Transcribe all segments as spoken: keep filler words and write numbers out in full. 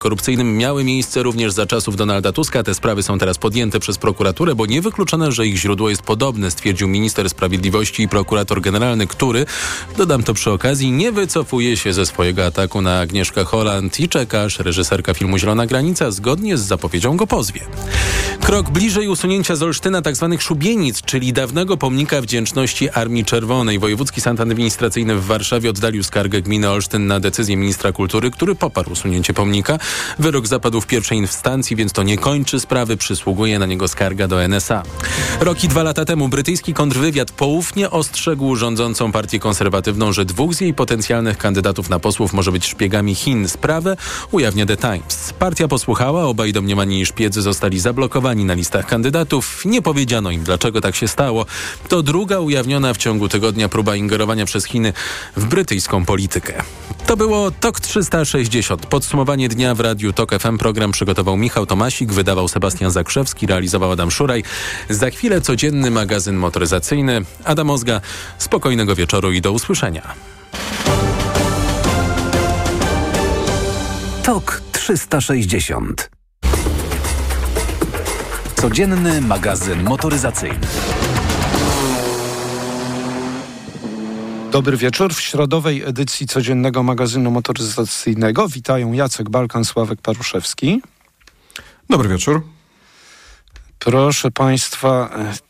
korupcyjnym miały miejsce również za czasów Donalda Tuska. Te sprawy są teraz podjęte przez prokuraturę, bo niewykluczone, że ich źródło jest podobne, stwierdził minister sprawiedliwości i prokurator generalny, który, dodam to przy okazji, nie wycofuje się ze swojego ataku na Agnieszkę Holland i czeka, aż reżyserka filmu Zielona Granica zgodnie z zapowiedzią go pozwie. Krok bliżej usunięcia z Olsztyna tzw. szubienic, czyli dawnego pomnika wdzięczności Armii Czerwonej. Wojewódzki Sąd Administracyjny w Warszawie oddalił skargę gminy Olsztyn na decyzję ministra kultury, który poparł usunięcie pomnika. Wyrok zapadł w pierwszej instancji, więc to nie kończy sprawy. Przysługuje na niego skarga do N S A. Rok i dwa lata temu brytyjski kontrwywiad poufnie ostrzegł rządzącą partię konserwatywną, że dwóch z jej potencjalnych kandydatów na posłów może być szpiegami Chin. Sprawę ujawnia The Times. Partia posłuchała, obaj domniemani szpiedzy zostali zablokowani na listach kandydatów. Nie powiedziano im, dlaczego tak się stało. To druga ujawniona w ciągu tygodnia próba ingerowania przez Chiny w brytyjską politykę. To było Tok trzysta sześćdziesiąt. Podsumowanie dnia w Radiu Tok F M. Program przygotował Michał Tomasik, wydawał Sebastian Zakrzewski, realizował Adam Szuraj. Za chwilę codzienny magazyn motoryzacyjny. Adam Ozga, spokojnego wieczoru i do usłyszenia. Tok trzysta sześćdziesiąt. Codzienny magazyn motoryzacyjny. Dobry wieczór. W środowej edycji codziennego magazynu motoryzacyjnego witają Jacek Balkan, Sławek Paruszewski. Dobry wieczór. Proszę Państwa,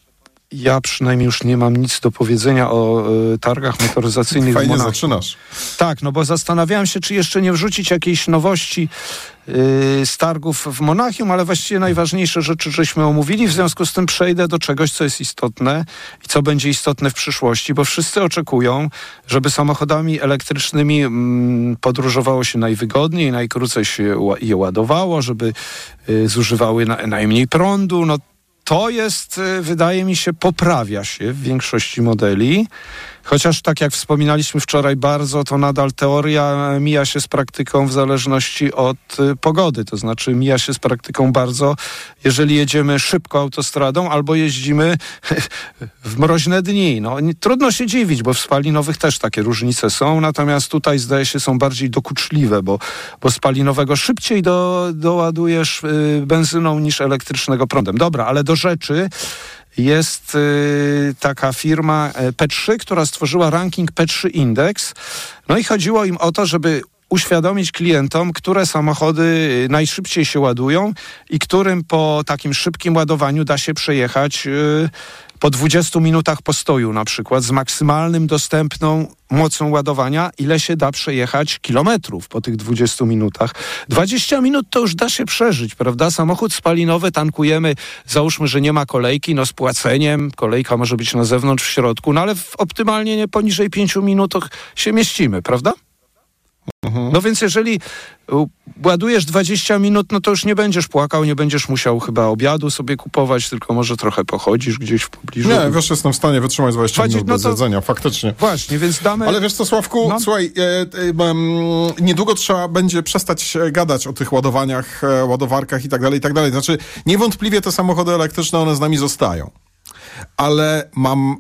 ja przynajmniej już nie mam nic do powiedzenia o y, targach motoryzacyjnych. Fajnie w Monachium. zaczynasz. Tak, no bo zastanawiałem się, czy jeszcze nie wrzucić jakiejś nowości y, z targów w Monachium, ale właściwie najważniejsze rzeczy żeśmy omówili. W związku z tym przejdę do czegoś, co jest istotne i co będzie istotne w przyszłości, bo wszyscy oczekują, żeby samochodami elektrycznymi mm, podróżowało się najwygodniej, najkrócej się je ładowało, żeby y, zużywały na, najmniej prądu. No to jest, wydaje mi się, poprawia się w większości modeli. Chociaż tak jak wspominaliśmy wczoraj bardzo, to nadal teoria mija się z praktyką w zależności od y, pogody. To znaczy mija się z praktyką bardzo, jeżeli jedziemy szybko autostradą albo jeździmy w mroźne dni. No, nie, trudno się dziwić, bo w spalinowych też takie różnice są. Natomiast tutaj zdaje się są bardziej dokuczliwe, bo, bo spalinowego szybciej do, doładujesz y, benzyną niż elektrycznego prądem. Dobra, ale do rzeczy. Jest y, taka firma P trzy, która stworzyła ranking P trzy Index. No i chodziło im o to, żeby uświadomić klientom, które samochody najszybciej się ładują i którym po takim szybkim ładowaniu da się przejechać y, po dwudziestu minutach postoju na przykład z maksymalnym dostępną mocą ładowania, ile się da przejechać kilometrów po tych dwudziestu minutach. dwadzieścia minut to już da się przeżyć, prawda? Samochód spalinowy tankujemy, załóżmy, że nie ma kolejki, no z płaceniem, kolejka może być na zewnątrz, w środku, no ale w optymalnie nie poniżej pięciu minutach się mieścimy, prawda? Mhm. No więc jeżeli ładujesz dwadzieścia minut, no to już nie będziesz płakał, nie będziesz musiał chyba obiadu sobie kupować, tylko może trochę pochodzisz gdzieś w pobliżu. Nie, wiesz, jestem w stanie wytrzymać dwadzieścia minut no bez to... jedzenia, faktycznie. Właśnie, więc damy... Ale wiesz co, Sławku, no. Słuchaj, e, e, e, niedługo trzeba będzie przestać gadać o tych ładowaniach, e, ładowarkach i tak dalej, i tak dalej. Znaczy, niewątpliwie te samochody elektryczne, one z nami zostają. Ale mam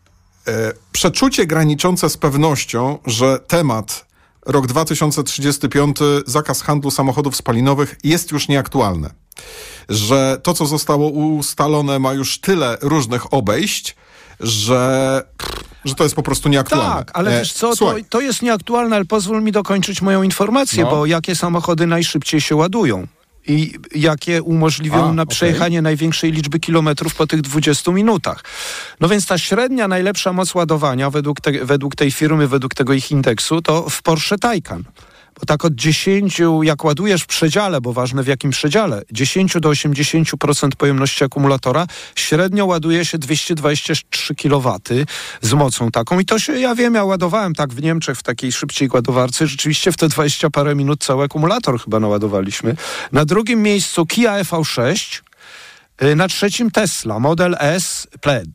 e, przeczucie graniczące z pewnością, że temat rok dwa tysiące trzydziesty piąty, zakaz handlu samochodów spalinowych jest już nieaktualny. Że to, co zostało ustalone, ma już tyle różnych obejść, że, że to jest po prostu nieaktualne. Tak, ale wiesz co, to, to jest nieaktualne, ale pozwól mi dokończyć moją informację, no. bo jakie samochody najszybciej się ładują? I jakie umożliwią A, na okay. przejechanie największej liczby kilometrów po tych dwudziestu minutach. No więc ta średnia, najlepsza moc ładowania według, te, według tej firmy, według tego ich indeksu, to w Porsche Taycan. Bo tak od dziesięciu, jak ładujesz w przedziale, bo ważne w jakim przedziale, dziesięć do osiemdziesięciu procent pojemności akumulatora, średnio ładuje się dwieście dwadzieścia trzy kilowatów z mocą taką. I to się, ja wiem, ja ładowałem tak w Niemczech w takiej szybciej ładowarce. Rzeczywiście w te dwadzieścia parę minut cały akumulator chyba naładowaliśmy. Na drugim miejscu Kia E V sześć, na trzecim Tesla, Model S Plaid.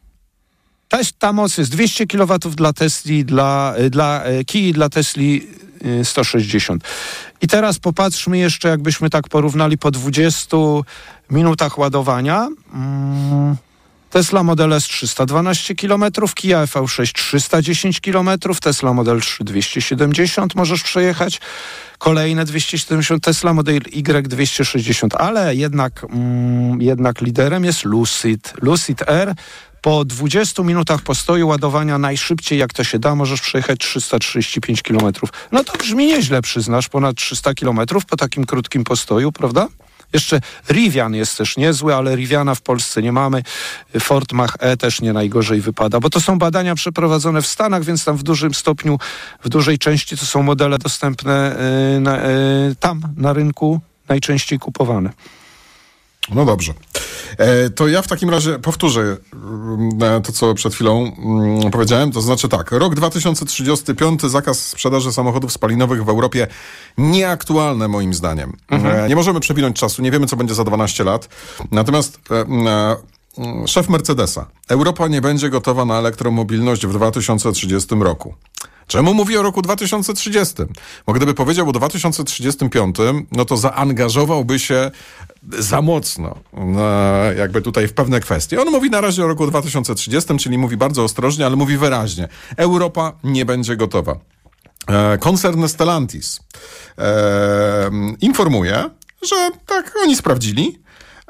Ta, ta moc jest dwieście kilowatów dla Tesli, dla, dla Kii, dla Tesli sto sześćdziesiąt. I teraz popatrzmy jeszcze, jakbyśmy tak porównali po dwudziestu minutach ładowania. Tesla Model S trzysta dwanaście kilometrów, Kia E V sześć trzysta dziesięć kilometrów, Tesla Model trzy dwieście siedemdziesiąt możesz przejechać, kolejne dwieście siedemdziesiąt, Tesla Model Y dwieście sześćdziesiąt, ale jednak, mm, jednak liderem jest Lucid. Lucid Air. Po dwudziestu minutach postoju ładowania najszybciej jak to się da możesz przejechać trzysta trzydzieści pięć kilometrów. No to brzmi nieźle, przyznasz, ponad trzysta kilometrów po takim krótkim postoju, prawda? Jeszcze Rivian jest też niezły, ale Riviana w Polsce nie mamy. Ford Mach-E też nie najgorzej wypada, bo to są badania przeprowadzone w Stanach, więc tam w dużym stopniu, w dużej części to są modele dostępne yy, na, yy, tam na rynku, najczęściej kupowane. No dobrze. E, to ja w takim razie powtórzę e, to, co przed chwilą mm, powiedziałem. To znaczy tak, rok dwa tysiące trzydziesty piąty, zakaz sprzedaży samochodów spalinowych w Europie nieaktualne moim zdaniem. Mhm. E, nie możemy przewinąć czasu, nie wiemy, co będzie za dwanaście lat. Natomiast e, e, szef Mercedesa. Europa nie będzie gotowa na elektromobilność w dwa tysiące trzydziestym roku. Czemu mówi o roku dwa tysiące trzydziestym? Bo gdyby powiedział o dwa tysiące trzydziestym piątym, no to zaangażowałby się za mocno jakby tutaj w pewne kwestie. On mówi na razie o roku dwa tysiące trzydziestym, czyli mówi bardzo ostrożnie, ale mówi wyraźnie. Europa nie będzie gotowa. Koncern Stellantis e, informuje, że tak, oni sprawdzili,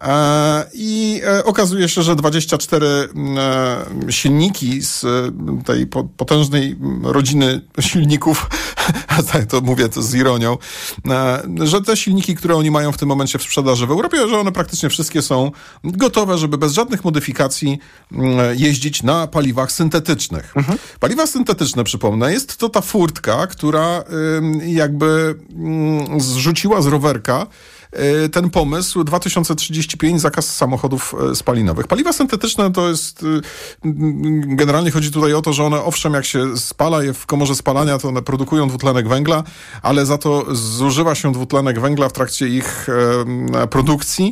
i okazuje się, że dwadzieścia cztery silniki z tej potężnej rodziny silników, to mówię to z ironią, że te silniki, które oni mają w tym momencie w sprzedaży w Europie, że one praktycznie wszystkie są gotowe, żeby bez żadnych modyfikacji jeździć na paliwach syntetycznych. Mhm. Paliwa syntetyczne, przypomnę, jest to ta furtka, która jakby zrzuciła z rowerka ten pomysł dwa tysiące trzydziesty piąty, zakaz samochodów spalinowych. Paliwa syntetyczne to jest, generalnie chodzi tutaj o to, że one owszem, jak się spala je w komorze spalania, to one produkują dwutlenek węgla, ale za to zużywa się dwutlenek węgla w trakcie ich e, produkcji,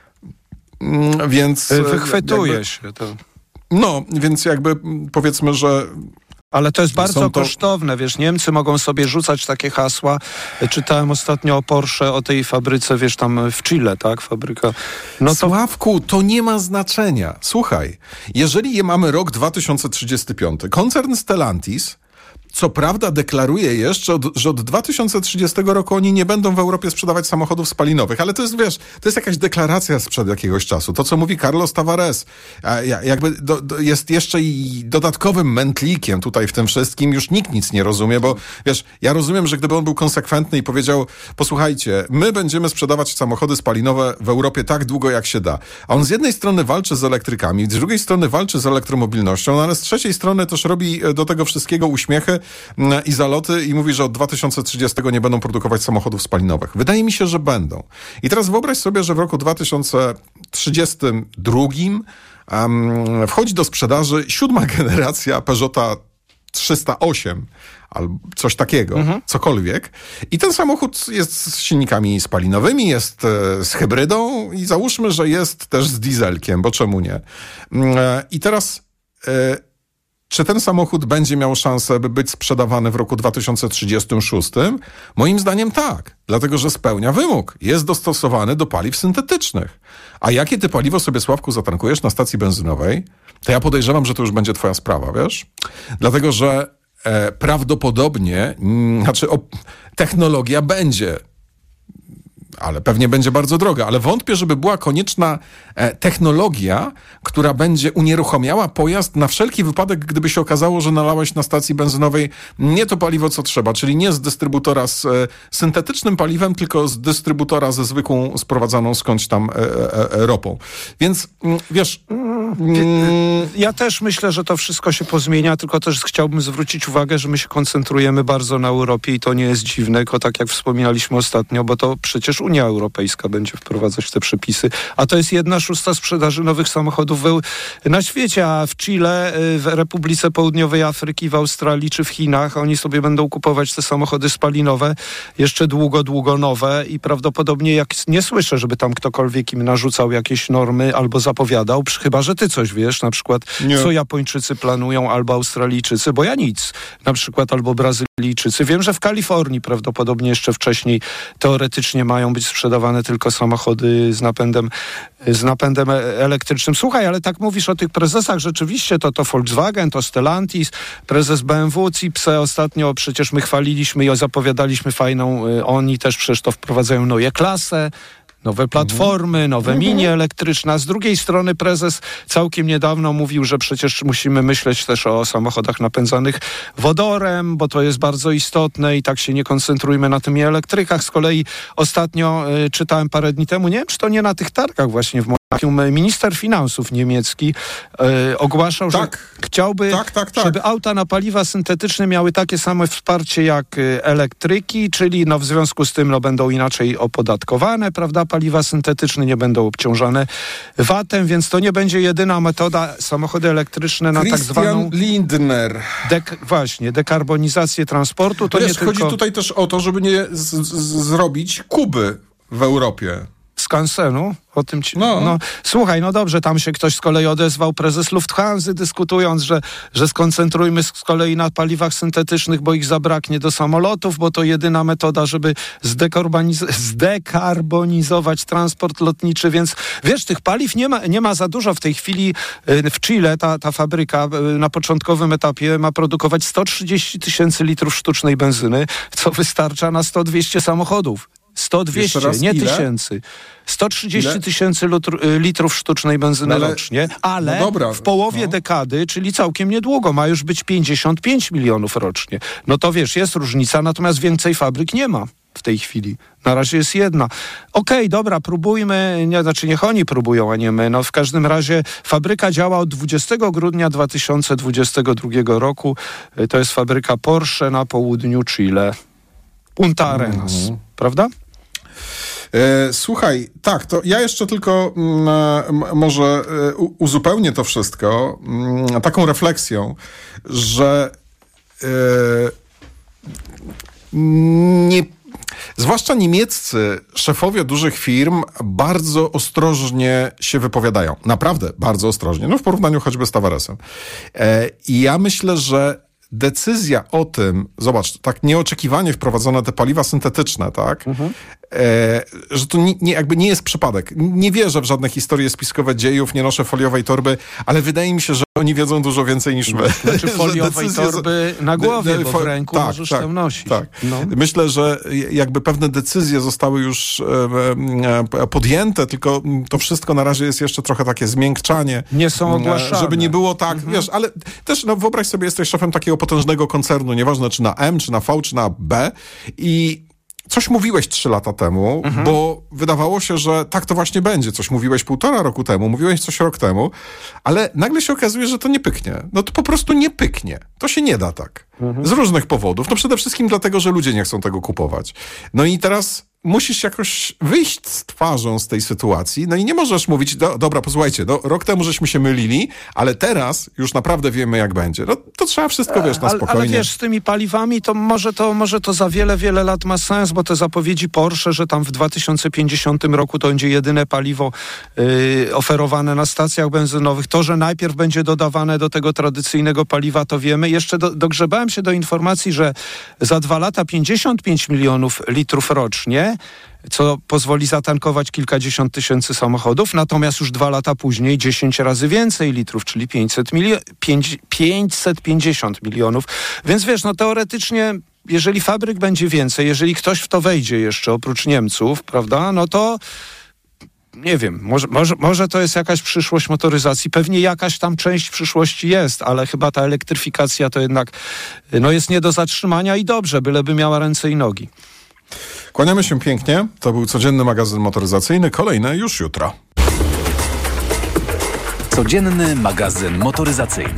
więc... Wychwytuje jakby, się to. No, więc jakby powiedzmy, że ale to jest bardzo to... kosztowne, wiesz, Niemcy mogą sobie rzucać takie hasła. Czytałem ostatnio o Porsche, o tej fabryce, wiesz, tam w Chile, tak, fabryka. No to... Sławku, to nie ma znaczenia. Słuchaj, jeżeli je mamy rok dwa tysiące trzydziesty piąty, koncern Stellantis co prawda deklaruje jeszcze, że od dwa tysiące trzydziestego roku oni nie będą w Europie sprzedawać samochodów spalinowych, ale to jest, wiesz, to jest jakaś deklaracja sprzed jakiegoś czasu. To, co mówi Carlos Tavares, jakby do, do, jest jeszcze i dodatkowym mętlikiem tutaj w tym wszystkim. Już nikt nic nie rozumie, bo wiesz, ja rozumiem, że gdyby on był konsekwentny i powiedział, posłuchajcie, my będziemy sprzedawać samochody spalinowe w Europie tak długo, jak się da. A on z jednej strony walczy z elektrykami, z drugiej strony walczy z elektromobilnością, no ale z trzeciej strony też robi do tego wszystkiego uśmiechy i zaloty i mówi, że od dwa tysiące trzydziestego nie będą produkować samochodów spalinowych. Wydaje mi się, że będą. I teraz wyobraź sobie, że w roku dwa tysiące trzydziestym drugim um, wchodzi do sprzedaży siódma generacja Peugeota trzysta osiem albo coś takiego, mhm. cokolwiek. I ten samochód jest z silnikami spalinowymi, jest e, z hybrydą i załóżmy, że jest też z dieselkiem, bo czemu nie? E, I teraz e, czy ten samochód będzie miał szansę, by być sprzedawany w roku dwa tysiące trzydziestym szóstym? Moim zdaniem tak, dlatego że spełnia wymóg. Jest dostosowany do paliw syntetycznych. A jakie ty paliwo sobie, Sławku, zatankujesz na stacji benzynowej, to ja podejrzewam, że to już będzie twoja sprawa, wiesz? Dlatego, że e, prawdopodobnie, m, znaczy o, technologia będzie, ale pewnie będzie bardzo droga, ale wątpię, żeby była konieczna e, technologia, która będzie unieruchamiała pojazd na wszelki wypadek, gdyby się okazało, że nalałeś na stacji benzynowej nie to paliwo, co trzeba, czyli nie z dystrybutora z e, syntetycznym paliwem, tylko z dystrybutora ze zwykłą, sprowadzaną skądś tam e, e, e, ropą. Więc mm, wiesz... Mm, ja też myślę, że to wszystko się pozmienia, tylko też chciałbym zwrócić uwagę, że my się koncentrujemy bardzo na Europie i to nie jest dziwne, tylko tak jak wspominaliśmy ostatnio, bo to przecież Unia Europejska będzie wprowadzać te przepisy, a to jest jedna szósta sprzedaży nowych samochodów w, na świecie, a w Chile, w Republice Południowej Afryki, w Australii czy w Chinach oni sobie będą kupować te samochody spalinowe jeszcze długo, długo nowe i prawdopodobnie jak nie słyszę, żeby tam ktokolwiek im narzucał jakieś normy albo zapowiadał, chyba że ty coś wiesz, na przykład nie. Co Japończycy planują albo Australijczycy, bo ja nic, na przykład albo Brazylijczycy Brytyjczycy. Wiem, że w Kalifornii prawdopodobnie jeszcze wcześniej teoretycznie mają być sprzedawane tylko samochody z napędem, z napędem elektrycznym. Słuchaj, ale tak mówisz o tych prezesach, rzeczywiście to to Volkswagen, to Stellantis, prezes B M W, Cipse ostatnio przecież my chwaliliśmy i zapowiadaliśmy fajną, oni też przecież to wprowadzają Neue Klasse, nowe platformy, nowe mini elektryczne. A z drugiej strony prezes całkiem niedawno mówił, że przecież musimy myśleć też o samochodach napędzanych wodorem, bo to jest bardzo istotne i tak się nie koncentrujmy na tymi elektrykach. Z kolei ostatnio y, czytałem parę dni temu, nie wiem, czy to nie na tych targach właśnie w Monachium, minister finansów niemiecki y, ogłaszał, tak. że chciałby, tak, tak, tak. żeby auta na paliwa syntetyczne miały takie same wsparcie jak y, elektryki, czyli no, w związku z tym no, będą inaczej opodatkowane, prawda? Paliwa syntetyczne nie będą obciążane vatem, więc to nie będzie jedyna metoda. Samochody elektryczne na Christian tak zwaną Lindner. Dek- właśnie, dekarbonizację transportu. To Wiesz, nie chodzi tylko tutaj też o to, żeby nie z- z- zrobić Kuby w Europie. skansenu. O tym ci... No. no. Słuchaj, no dobrze, tam się ktoś z kolei odezwał, prezes Lufthansa, dyskutując, że, że skoncentrujmy z kolei na paliwach syntetycznych, bo ich zabraknie do samolotów, bo to jedyna metoda, żeby zdekarboniz- zdekarbonizować transport lotniczy, więc wiesz, tych paliw nie ma, nie ma za dużo w tej chwili. W Chile ta, ta fabryka na początkowym etapie ma produkować sto trzydzieści tysięcy litrów sztucznej benzyny, co wystarcza na sto dwieście samochodów. sto dwieście, nie ile? tysięcy. sto trzydzieści tysięcy litrów sztucznej benzyny no ale, rocznie, ale no dobra, w połowie no. dekady, czyli całkiem niedługo, ma już być pięćdziesiąt pięć milionów rocznie. No to wiesz, jest różnica, natomiast więcej fabryk nie ma w tej chwili. Na razie jest jedna. Okej, okay, dobra, próbujmy, nie, znaczy niech oni próbują, a nie my. No w każdym razie fabryka działa od dwudziestego grudnia dwa tysiące dwudziestego drugiego roku. To jest fabryka Porsche na południu Chile. Punta Arenas, mm-hmm. prawda? E, słuchaj, tak, to ja jeszcze tylko m, może e, uzupełnię to wszystko m, taką refleksją, że e, nie, zwłaszcza niemieccy szefowie dużych firm bardzo ostrożnie się wypowiadają. Naprawdę bardzo ostrożnie. No w porównaniu choćby z Tavaresem. E, I ja myślę, że decyzja o tym, zobacz, tak nieoczekiwanie wprowadzone te paliwa syntetyczne, tak, mhm. e, że to nie, nie, jakby nie jest przypadek. Nie wierzę w żadne historie spiskowe dziejów, nie noszę foliowej torby, ale wydaje mi się, że oni wiedzą dużo więcej niż my. Znaczy foliowej torby na głowie, bo w ręku tak, możesz tak, tam nosić. Tak. No. Myślę, że jakby pewne decyzje zostały już e, e, podjęte, tylko to wszystko na razie jest jeszcze trochę takie zmiękczanie. Nie są ogłaszane. Żeby nie było tak, mhm. wiesz, ale też no, wyobraź sobie, jesteś szefem takiego potężnego koncernu, nieważne czy na M, czy na V, czy na B i coś mówiłeś trzy lata temu, mhm. bo wydawało się, że tak to właśnie będzie. Coś mówiłeś półtora roku temu, mówiłeś coś rok temu, ale nagle się okazuje, że to nie pyknie. No to po prostu nie pyknie. To się nie da tak. Mhm. Z różnych powodów. No przede wszystkim dlatego, że ludzie nie chcą tego kupować. No i teraz musisz jakoś wyjść z twarzą z tej sytuacji, no i nie możesz mówić, do, dobra, posłuchajcie, no, rok temu żeśmy się mylili, ale teraz już naprawdę wiemy, jak będzie. No to trzeba wszystko, wiesz, na spokojnie. Ale, ale wiesz, z tymi paliwami to może, to może to za wiele, wiele lat ma sens, bo te zapowiedzi Porsche, że tam w dwa tysiące pięćdziesiątym roku to będzie jedyne paliwo yy, oferowane na stacjach benzynowych. To, że najpierw będzie dodawane do tego tradycyjnego paliwa, to wiemy. Jeszcze do, dogrzebałem się do informacji, że za dwa lata pięćdziesiąt pięć milionów litrów rocznie, co pozwoli zatankować kilkadziesiąt tysięcy samochodów, natomiast już dwa lata później dziesięć razy więcej litrów, czyli pięćset milio- pięć, pięćset pięćdziesiąt milionów. Więc wiesz, no teoretycznie, jeżeli fabryk będzie więcej, jeżeli ktoś w to wejdzie jeszcze oprócz Niemców, prawda, no to nie wiem, może, może, może to jest jakaś przyszłość motoryzacji, pewnie jakaś tam część przyszłości jest, ale chyba ta elektryfikacja to jednak no jest nie do zatrzymania i dobrze, byleby miała ręce i nogi. Kłaniamy się pięknie. To był codzienny magazyn motoryzacyjny. Kolejne już jutro. Codzienny magazyn motoryzacyjny.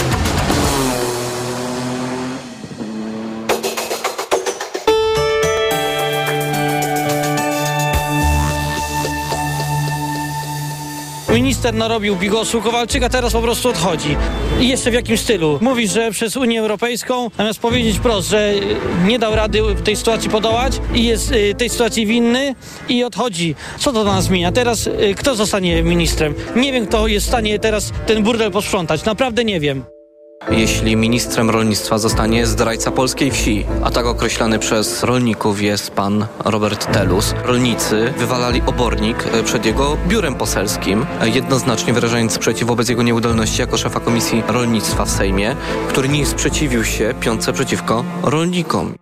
Minister narobił bigosu, Kowalczyk, a teraz po prostu odchodzi. I jeszcze w jakim stylu? Mówi, że przez Unię Europejską, zamiast powiedzieć wprost, że nie dał rady w tej sytuacji podołać i jest tej sytuacji winny i odchodzi. Co to dla nas zmienia? Teraz kto zostanie ministrem? Nie wiem, kto jest w stanie teraz ten burdel posprzątać. Naprawdę nie wiem. jeśli ministrem rolnictwa zostanie zdrajca polskiej wsi, a tak określany przez rolników jest pan Robert Telus. Rolnicy wywalali obornik przed jego biurem poselskim, jednoznacznie wyrażając sprzeciw wobec jego nieudolności jako szefa Komisji Rolnictwa w Sejmie, który nie sprzeciwił się piątce przeciwko rolnikom.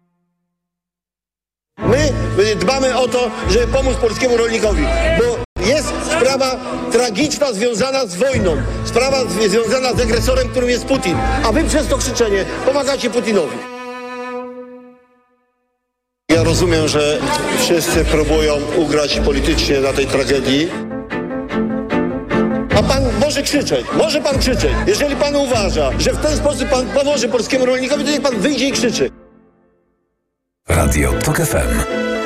My dbamy o to, żeby pomóc polskiemu rolnikowi, bo jest sprawa tragiczna związana z wojną, sprawa związana z agresorem, którym jest Putin, a wy przez to krzyczenie pomagacie Putinowi. Ja rozumiem, że wszyscy próbują ugrać politycznie na tej tragedii. A pan może krzyczeć, może pan krzyczeć. Jeżeli pan uważa, że w ten sposób pan pomoże polskiemu rolnikowi, to niech pan wyjdzie i krzyczy. Radio TOK F M.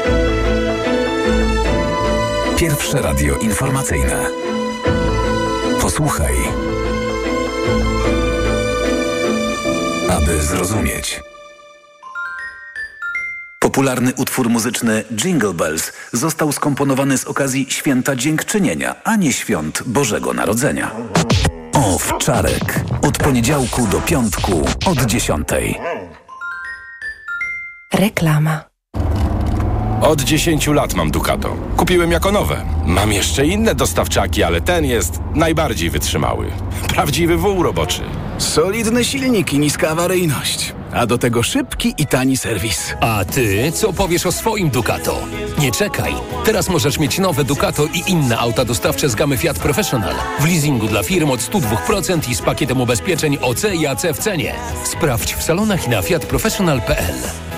Pierwsze radio informacyjne. Posłuchaj, aby zrozumieć. Popularny utwór muzyczny Jingle Bells został skomponowany z okazji Święta Dziękczynienia, a nie Świąt Bożego Narodzenia. Owczarek. Od poniedziałku do piątku od dziesiątej. Reklama. Od dziesięciu lat mam Ducato. Kupiłem jako nowe. Mam jeszcze inne dostawczaki, ale ten jest najbardziej wytrzymały. Prawdziwy wół roboczy. Solidny silnik i niska awaryjność. A do tego szybki i tani serwis. A ty co powiesz o swoim Ducato? Nie czekaj. Teraz możesz mieć nowe Ducato i inne auta dostawcze z gamy Fiat Professional. W leasingu dla firm od sto dwa procent i z pakietem ubezpieczeń O C i A C w cenie. Sprawdź w salonach i na fiat professional kropka p l.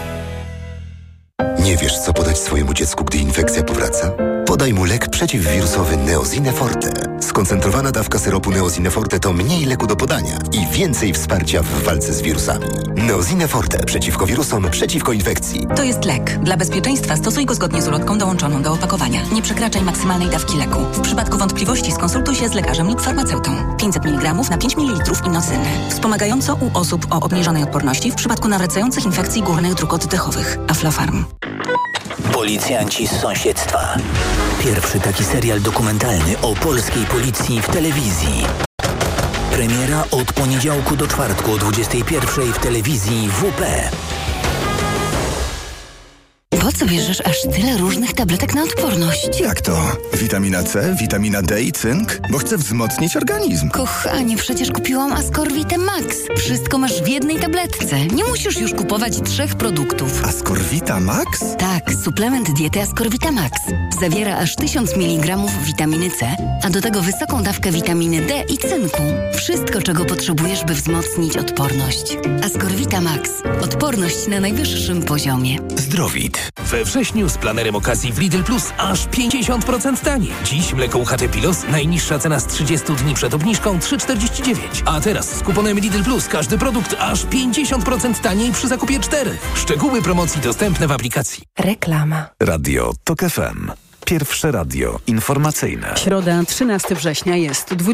Nie wiesz, co podać swojemu dziecku, gdy infekcja powraca? Podaj mu lek przeciwwirusowy Neosine Forte. Skoncentrowana dawka syropu Neosine Forte to mniej leku do podania i więcej wsparcia w walce z wirusami. Neosine Forte przeciwko wirusom, przeciwko infekcji. To jest lek. Dla bezpieczeństwa stosuj go zgodnie z ulotką dołączoną do opakowania. Nie przekraczaj maksymalnej dawki leku. W przypadku wątpliwości skonsultuj się z lekarzem lub farmaceutą. pięćset miligramów na pięć mililitrów inocyny. Wspomagająco u osób o obniżonej odporności w przypadku nawracających infekcji górnych dróg oddechowych. Aflofarm. Policjanci z sąsiedztwa. Pierwszy taki serial dokumentalny o polskiej policji w telewizji. Premiera od poniedziałku do czwartku o dwudziestej pierwszej w telewizji W P. Po co bierzesz aż tyle różnych tabletek na odporność? Jak to? Witamina C, witamina D i cynk? Bo chcę wzmocnić organizm. Kochanie, przecież kupiłam Ascorvite Max. Wszystko masz w jednej tabletce. Nie musisz już kupować trzech produktów. Ascorvita Max? Tak, suplement diety Ascorvita Max. Zawiera aż tysiąc miligramów witaminy C, a do tego wysoką dawkę witaminy D i cynku. Wszystko, czego potrzebujesz, by wzmocnić odporność. Ascorvita Max. Odporność na najwyższym poziomie. Zdrowit. We wrześniu z planerem okazji w Lidl Plus aż pięćdziesiąt procent taniej. Dziś mleko U H T Pilos, najniższa cena z trzydziestu dni przed obniżką trzy czterdzieści dziewięć. A teraz z kuponem Lidl Plus każdy produkt aż pięćdziesiąt procent taniej przy zakupie czterech. Szczegóły promocji dostępne w aplikacji. Reklama. Radio TOK F M. Pierwsze radio informacyjne. Środa, trzynastego września jest